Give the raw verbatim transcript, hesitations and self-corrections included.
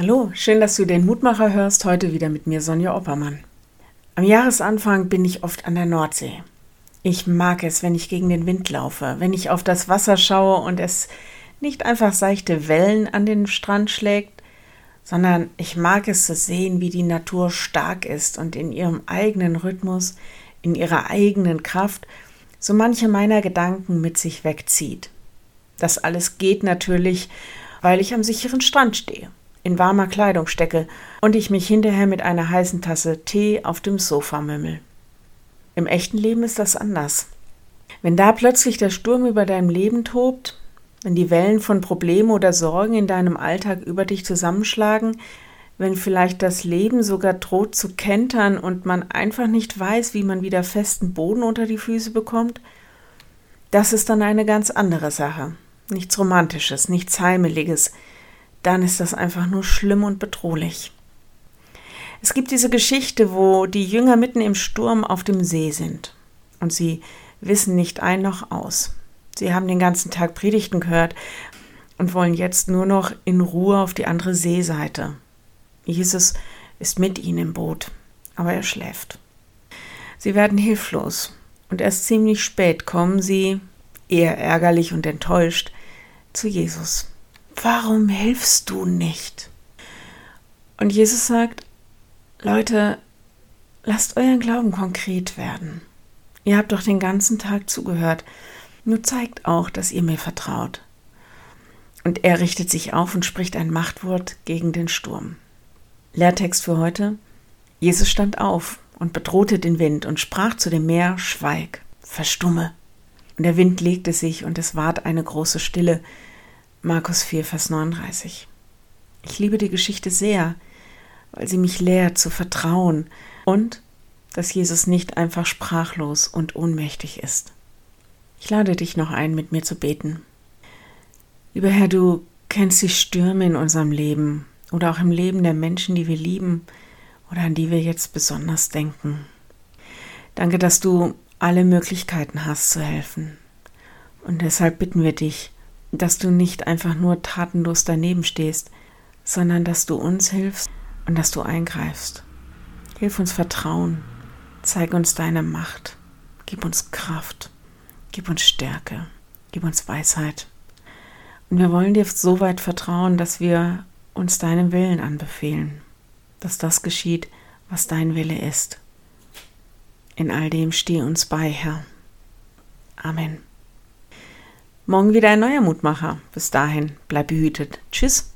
Hallo, schön, dass du den Mutmacher hörst, heute wieder mit mir Sonja Oppermann. Am Jahresanfang bin ich oft an der Nordsee. Ich mag es, wenn ich gegen den Wind laufe, wenn ich auf das Wasser schaue und es nicht einfach seichte Wellen an den Strand schlägt, sondern ich mag es zu sehen, wie die Natur stark ist und in ihrem eigenen Rhythmus, in ihrer eigenen Kraft so manche meiner Gedanken mit sich wegzieht. Das alles geht natürlich, weil ich am sicheren Strand stehe, in warmer Kleidung stecke und ich mich hinterher mit einer heißen Tasse Tee auf dem Sofa mümmel. Im echten Leben ist das anders. Wenn da plötzlich der Sturm über deinem Leben tobt, wenn die Wellen von Problemen oder Sorgen in deinem Alltag über dich zusammenschlagen, wenn vielleicht das Leben sogar droht zu kentern und man einfach nicht weiß, wie man wieder festen Boden unter die Füße bekommt, das ist dann eine ganz andere Sache. Nichts Romantisches, nichts Heimeliges. Dann ist das einfach nur schlimm und bedrohlich. Es gibt diese Geschichte, wo die Jünger mitten im Sturm auf dem See sind und sie wissen nicht ein noch aus. Sie haben den ganzen Tag Predigten gehört und wollen jetzt nur noch in Ruhe auf die andere Seeseite. Jesus ist mit ihnen im Boot, aber er schläft. Sie werden hilflos und erst ziemlich spät kommen sie, eher ärgerlich und enttäuscht, zu Jesus. Warum hilfst du nicht? Und Jesus sagt, Leute, lasst euren Glauben konkret werden. Ihr habt doch den ganzen Tag zugehört. Nur zeigt auch, dass ihr mir vertraut. Und er richtet sich auf und spricht ein Machtwort gegen den Sturm. Lehrtext für heute. Jesus stand auf und bedrohte den Wind und sprach zu dem Meer, schweig, verstumme. Und der Wind legte sich und es ward eine große Stille. Markus vier, Vers neununddreißig. Ich liebe die Geschichte sehr, weil sie mich lehrt zu vertrauen und dass Jesus nicht einfach sprachlos und ohnmächtig ist. Ich lade dich noch ein, mit mir zu beten. Lieber Herr, du kennst die Stürme in unserem Leben oder auch im Leben der Menschen, die wir lieben oder an die wir jetzt besonders denken. Danke, dass du alle Möglichkeiten hast zu helfen. Und deshalb bitten wir dich, dass du nicht einfach nur tatenlos daneben stehst, sondern dass du uns hilfst und dass du eingreifst. Hilf uns Vertrauen, zeig uns deine Macht, gib uns Kraft, gib uns Stärke, gib uns Weisheit. Und wir wollen dir so weit vertrauen, dass wir uns deinem Willen anbefehlen, dass das geschieht, was dein Wille ist. In all dem steh uns bei, Herr. Amen. Morgen wieder ein neuer Mutmacher. Bis dahin, bleib behütet. Tschüss.